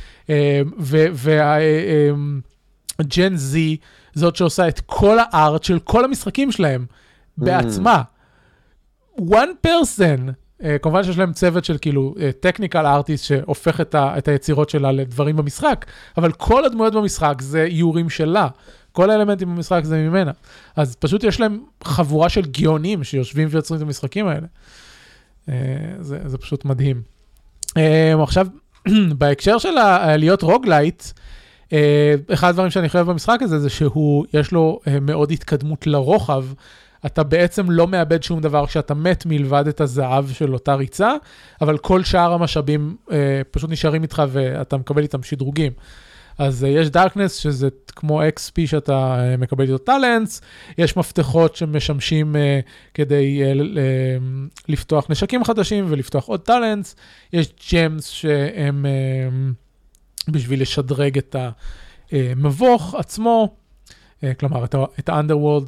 ג'ן זי, זאת שעושה את כל הארט של כל המשחקים שלהם, בעצמה. one person, כמובן שיש להם צוות של כאילו טכניקל ארטיסט שהופך את היצירות שלה לדברים במשחק, אבל כל הדמויות במשחק זה איורים שלה, כל האלמנטים במשחק זה ממנה. אז פשוט יש להם חבורה של גאונים שיושבים ויוצרים את המשחקים האלה. זה פשוט מדהים. עכשיו, בהקשר של להיות רוגלייט, אחד הדברים שאני חושב במשחק הזה זה שיש לו מאוד התקדמות לרוחב, אתה בעצם לא מאבד שום דבר כשאתה מת מלבד את הזהב של אותה ריצה, אבל כל שאר המשאבים פשוט נשארים איתך ואתה מקבל איתם שדרוגים. אז יש דארקנס שזה כמו XP שאתה מקבל איתו טלנטס, יש מפתחות שמשמשים כדי לפתוח נשקים חדשים ולפתוח עוד טלנטס, יש ג'מס שהם בשביל לשדרג את המבוך עצמו, כלומר את האנדרוולד,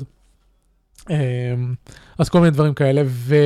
אז כל מיני דברים כאלה,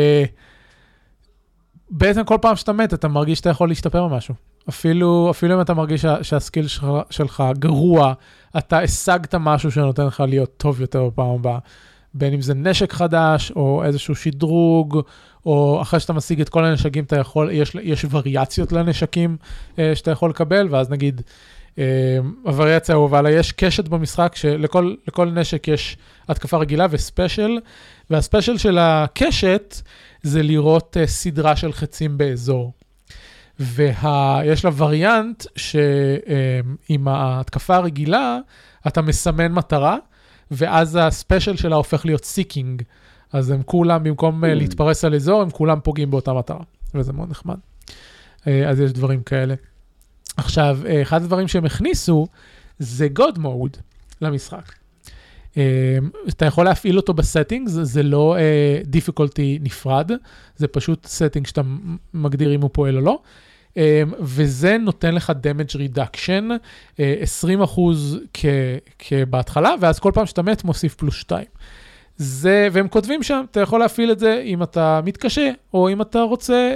ובעצם כל פעם שאתה מת, אתה מרגיש שאתה יכול להשתפר במשהו. אפילו אם אתה מרגיש שהסקיל שלך גרוע, אתה השגת משהו שנותן לך להיות טוב יותר בפעם הבאה. בין אם זה נשק חדש, או איזשהו שדרוג, או אחרי שאתה משיג את כל הנשקים, יש וריאציות לנשקים שאתה יכול לקבל, ואז נגיד, הווריאציה האהובה עליי, יש קשת במשחק שלכל נשק יש התקפה רגילה וספיישל, והספיישל של הקשת זה לראות סדרה של חצים באזור. ויש לה וריאנט שעם ההתקפה הרגילה אתה מסמן מטרה, ואז הספיישל שלה הופך להיות סיקינג. אז הם כולם, במקום להתפרס על אזור, הם כולם פוגעים באותה מטרה. וזה מאוד נחמד. אז יש דברים כאלה. עכשיו, אחד הדברים שהם הכניסו, זה God Mode למשחק. אתה יכול להפעיל אותו בסטינגס, זה לא difficulty נפרד, זה פשוט סטינג שאתה מגדיר אם הוא פועל או לא, וזה נותן לך damage reduction, 20% בהתחלה, ואז כל פעם שאתה מת מוסיף +2. והם כותבים שם, אתה יכול להפעיל את זה אם אתה מתקשה, או אם אתה רוצה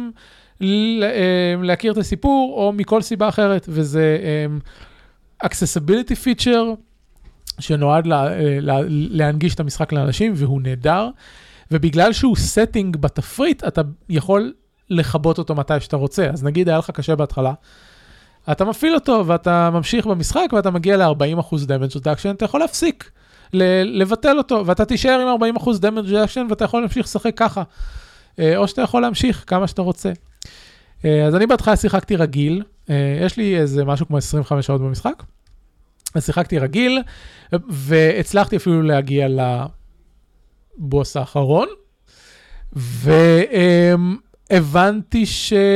להכיר את הסיפור, או מכל סיבה אחרת, וזה accessibility feature, שנועד להנגיש את המשחק לאנשים, והוא נהדר, ובגלל שהוא setting בתפריט, אתה יכול לחבות אותו מתי שאתה רוצה. אז נגיד, היה לך קשה בהתחלה, אתה מפעיל אותו, ואתה ממשיך במשחק, ואתה מגיע ל-40% damage reduction, אתה יכול להפסיק, לבטל אותו, ואתה תישאר עם 40% damage reduction, ואתה יכול להמשיך לשחק ככה, או שאתה יכול להמשיך כמה שאתה רוצה. אז אני בהתחלה שיחקתי רגיל, יש לי איזה משהו כמו 25 שעות במשחק, אז שיחקתי רגיל, והצלחתי אפילו להגיע לבוס האחרון, והבנתי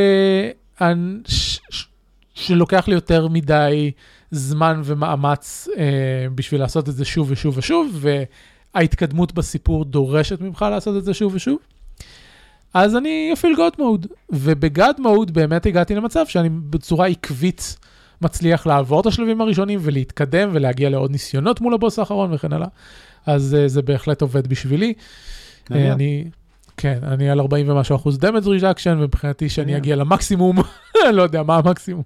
שלוקח לי יותר מדי זמן ומאמץ בשביל לעשות את זה שוב ושוב ושוב, וההתקדמות בסיפור דורשת ממך לעשות את זה שוב ושוב. אז אני אפעיל God Mode, ובגד Mode באמת הגעתי למצב שאני בצורה עקבית מצליח לעבור את השלבים הראשונים ולהתקדם ולהגיע לעוד ניסיונות מול הבוס האחרון וכן הלאה. אז זה בהחלט עובד בשבילי. אני על 40 ומשהו אחוז damage reduction, ומבחינתי שאני אגיע למקסימום, אני לא יודע מה המקסימום.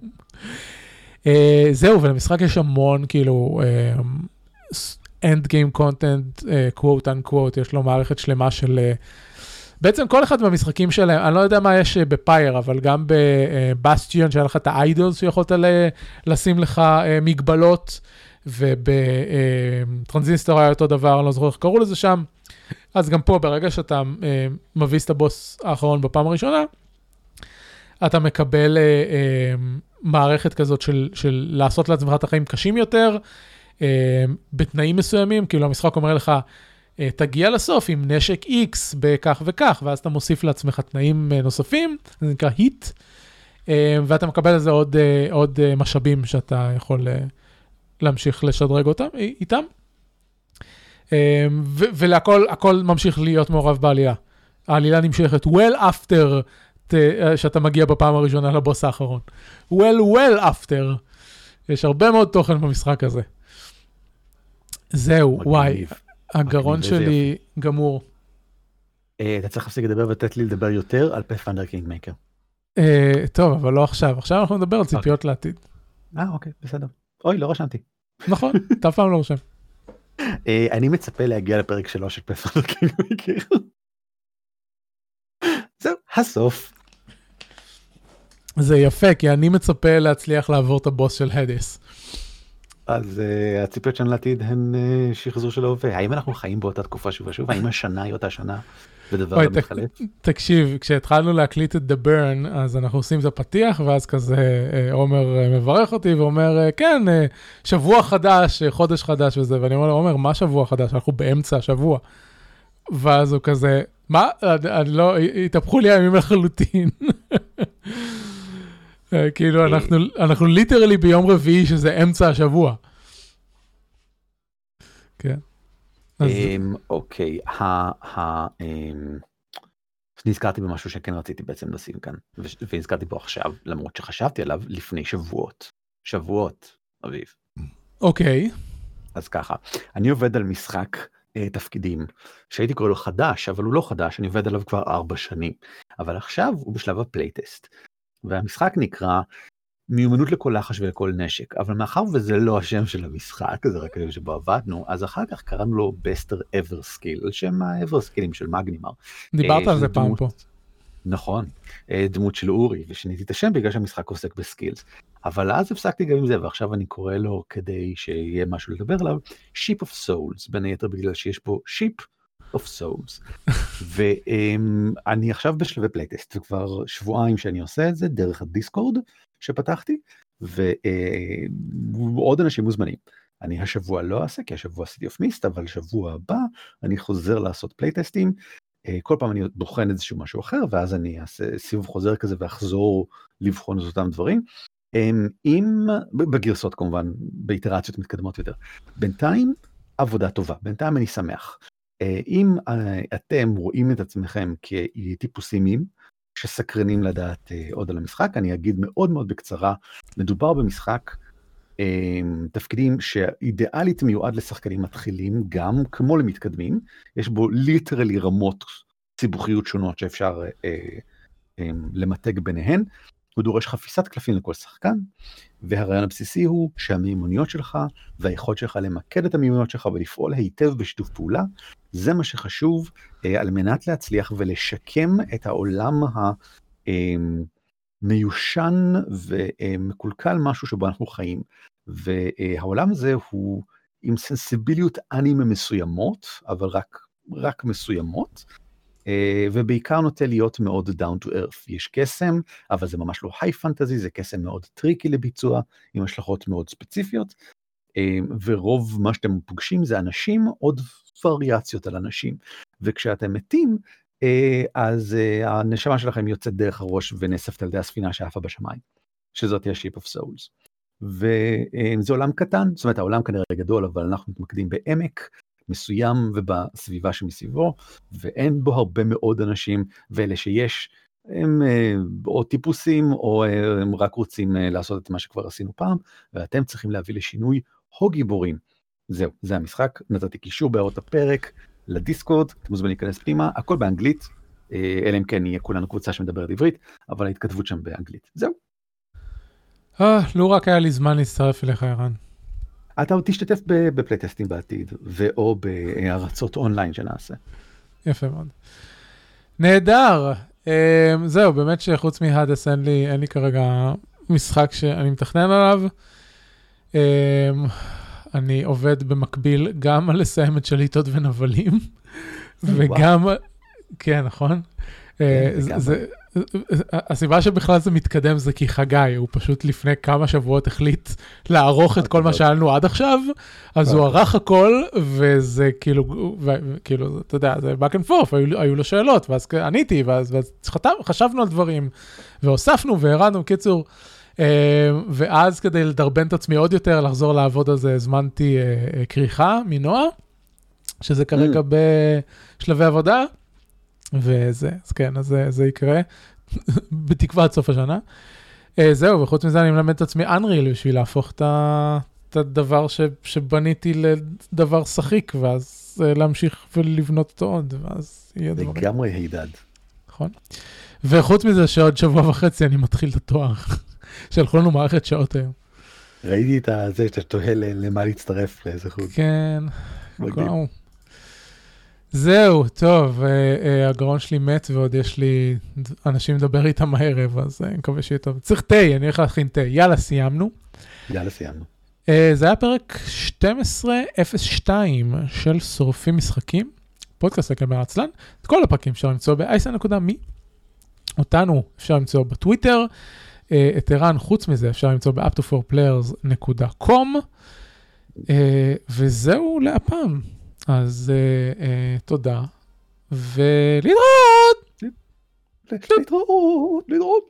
זהו, ולמשחק יש המון, כאילו, end game content, quote unquote, יש לו מערכת שלמה של, בעצם כל אחד מהמשחקים שלהם, אני לא יודע מה יש בפייר, אבל גם בבאסטיון, שהיה לך את האיידולס, שיכולת לשים לך מגבלות, ובטרנזיסטור היה אותו דבר, אני לא זוכר איך קראו לזה שם, אז גם פה, ברגע שאתה מביס את הבוס האחרון בפעם הראשונה, אתה מקבל מערכת כזאת של לעשות לעצמך את החיים קשים יותר, בתנאים מסוימים, כאילו המשחק אומר לך, תגיע לסוף עם נשק X בכך וכך, ואז אתה מוסיף לעצמך תנאים נוספים, זה נקרא היט, ואתה מקבל לזה עוד משאבים שאתה יכול להמשיך לשדרג אותם, איתם. ולהכל, הכל ממשיך להיות מעורב בעלילה. העלילה נמשכת well after שאתה מגיע בפעם הראשונה לבוס האחרון. well after. יש הרבה מאוד תוכן במשחק הזה. זהו, וואי. הגרון שלי גמור. אתה צריך להפסיק לדבר ותת לי לדבר יותר על Pathfinder Kingmaker. טוב, אבל לא עכשיו. עכשיו אנחנו נדבר על ציפיות לעתיד. אוקיי, בסדר. אוי, לא רשמתי. נכון, אתה אף פעם לא רושם. אני מצפה להגיע לפרק 3 של Pathfinder Kingmaker. זהו, הסוף. זה יפה, כי אני מצפה להצליח לעבור את הבוס של הדס. אז הציפיות שלנו לעתיד הן שחזור של ההווה. האם אנחנו חיים באותה תקופה שוב ושוב? האם השנה היא אותה שנה? ודבר לא מתחלף? תקשיב, כשהתחלנו להקליט את The Burn, אז אנחנו עושים את הפתיח, ואז כזה עומר מברך אותי ואומר, כן, שבוע חדש, חודש חדש וזה, ואני אומר לו, עומר, מה שבוע חדש? אנחנו באמצע השבוע. ואז הוא כזה, מה? אני לא, התהפכו לי הימים לחלוטין. כאילו, אנחנו ליטרלי ביום רביעי, שזה אמצע השבוע. כן. אוקיי, נזכרתי במשהו שכן רציתי בעצם לשים כאן, ונזכרתי בו עכשיו, למרות שחשבתי עליו לפני שבועות, אביב. אוקיי. אז ככה, אני עובד על משחק תפקידים, שהייתי קורא לו חדש, אבל הוא לא חדש, אני עובד עליו כבר 4 שנים, אבל עכשיו הוא בשלב הפלייטסט, והמשחק נקרא מיומנות לכל לחש ולכל נשק, אבל מאחר וזה לא השם של המשחק, זה רק השם שבו עבדנו, אז אחר כך קראנו לו בסטר אבר סקיל, על שם האבר סקילים של מגנימר. דיברת על זה פעם פה. נכון, דמות של אורי, ושיניתי את השם בגלל שהמשחק עוסק בסקילס. אבל אז הפסקתי גם עם זה, ועכשיו אני קורא לו כדי שיהיה משהו לדבר עליו, Ship of Souls, בין היתר בגלל שיש פה Ship of Souls. ואני עכשיו בשלבי פלייטסט, וכבר שבועיים שאני עושה את זה דרך הדיסקורד שפתחתי, ועוד אנשים מוזמנים. אני השבוע לא אעשה, כי השבוע עשיתי אוף מיסט, אבל שבוע הבא אני חוזר לעשות פלייטסטים, כל פעם אני בוחן איזשהו משהו אחר, ואז אני אעשה סיבוב חוזר כזה, ואחזור לבחון את אותם דברים, בגרסות כמובן, באיטרציות מתקדמות יותר. בינתיים, עבודה טובה, בינתיים אני שמח. אם אתם רואים את עצמכם כטיפוסימים, שסקרנים לדעת עוד על המשחק, אני אגיד מאוד מאוד בקצרה, מדובר במשחק תפקידים שאידיאלית מיועד לשחקנים מתחילים, גם כמו למתקדמים, יש בו ליטרלי רמות סיבוכיות שונות שאפשר למתג ביניהן, הוא דורש חפיסת קלפים לכל שחקן, והרעיון הבסיסי הוא שהמיומנויות שלך והיכולת שלך למקד את המיומנויות שלך ולפעול היטב בשיתוף פעולה, זה מה שחשוב על מנת להצליח ולשקם את העולם המיושן ומקולקל משהו שבו אנחנו חיים. והעולם הזה הוא עם סנסיביליות אנימה מסוימות, אבל רק מסוימות, ובעיקר נוטה להיות מאוד down to earth. יש קסם, אבל זה ממש לא היי פנטזי, זה קסם מאוד טריקי לביצוע, עם השלכות מאוד ספציפיות, ורוב מה שאתם פוגשים זה אנשים, עוד וריאציות על אנשים, וכשאתם מתים, אז הנשמה שלכם יוצאת דרך הראש ונאספת על ידי הספינה שעפה בשמיים, שזאת היא ה-Ship of Souls. וזה עולם קטן, זאת אומרת העולם כנראה גדול, אבל אנחנו מתמקדים בעמק מסוים ובסביבה שמסביבו, ואין בו הרבה מאוד אנשים, ואלה שיש הם או טיפוסים, או הם רק רוצים לעשות את מה שכבר עשינו פעם, ואתם צריכים להביא לשינוי או גיבורים. זהו, זה המשחק, נתתי קישור בהערות הפרק לדיסקורד, אתם מוזמנים להיכנס פנימה, הכל באנגלית, אלא אם כן יהיה כולנו קבוצה שמדברת עברית, אבל ההתכתבות שם באנגלית. זהו. לא רק היה לי זמן להצטרף אליך, ערן. אתה עוד תשתתף בפלייטסטים בעתיד, או בהרצות אונליין שנעשה. יפה מאוד. נהדר. זהו, באמת שחוץ מהדס אין לי כרגע משחק שאני מתכנן עליו. אני עובד במקביל גם על לסיים את שליטות ונבלים, וגם, כן, נכון? הסיבה שבכלל זה מתקדם זה כי חגי, הוא פשוט לפני כמה שבועות החליט לערוך את כל מה שאלנו עד עכשיו, אז הוא ערך הכל, וזה כאילו, אתה יודע, זה back and forth, היו לו שאלות, ואז עניתי, ואז חשבנו על דברים, והוספנו והרדנו, קיצור, ואז כדי לדרבן את עצמי עוד יותר, לחזור לעבוד על זה, הזמנתי כריכה מנועה, שזה כרגע בשלבי עבודה, וזה, אז כן, אז זה יקרה, בתקווה עד סוף השנה. זהו, וחוץ מזה אני מלמד את עצמי Unreal, בשביל להפוך את הדבר שבניתי לדבר שחיק, ואז להמשיך ולבנות אותו עוד, ואז יהיה דברים. לגמרי הידד. נכון. וחוץ מזה שעוד שבוע וחצי אני מתחיל את התואר, שהלכו לנו מערכת שעות היום. ראיתי את זה שאתה תוהה למה להצטרף לאיזה חוג. כן, מגניב. זהו, טוב, הגרון שלי מת ועוד יש לי אנשים לדבר איתם הערב, אז אני מקווה שיהיה טוב. צריך תה, אני הולך להכין תה. יאללה, סיימנו. יאללה, סיימנו. זה היה פרק 1202 של שורפים משחקים, פודקאסט לגמר עצלן. את כל הפרקים אפשר למצוא ב-icen.me. אותנו אפשר למצוא בטוויטר. את ערן, חוץ מזה, אפשר למצוא ב-up2forplayers.com. וזהו להפעם. אז תודה, ולהתראות! להתראות!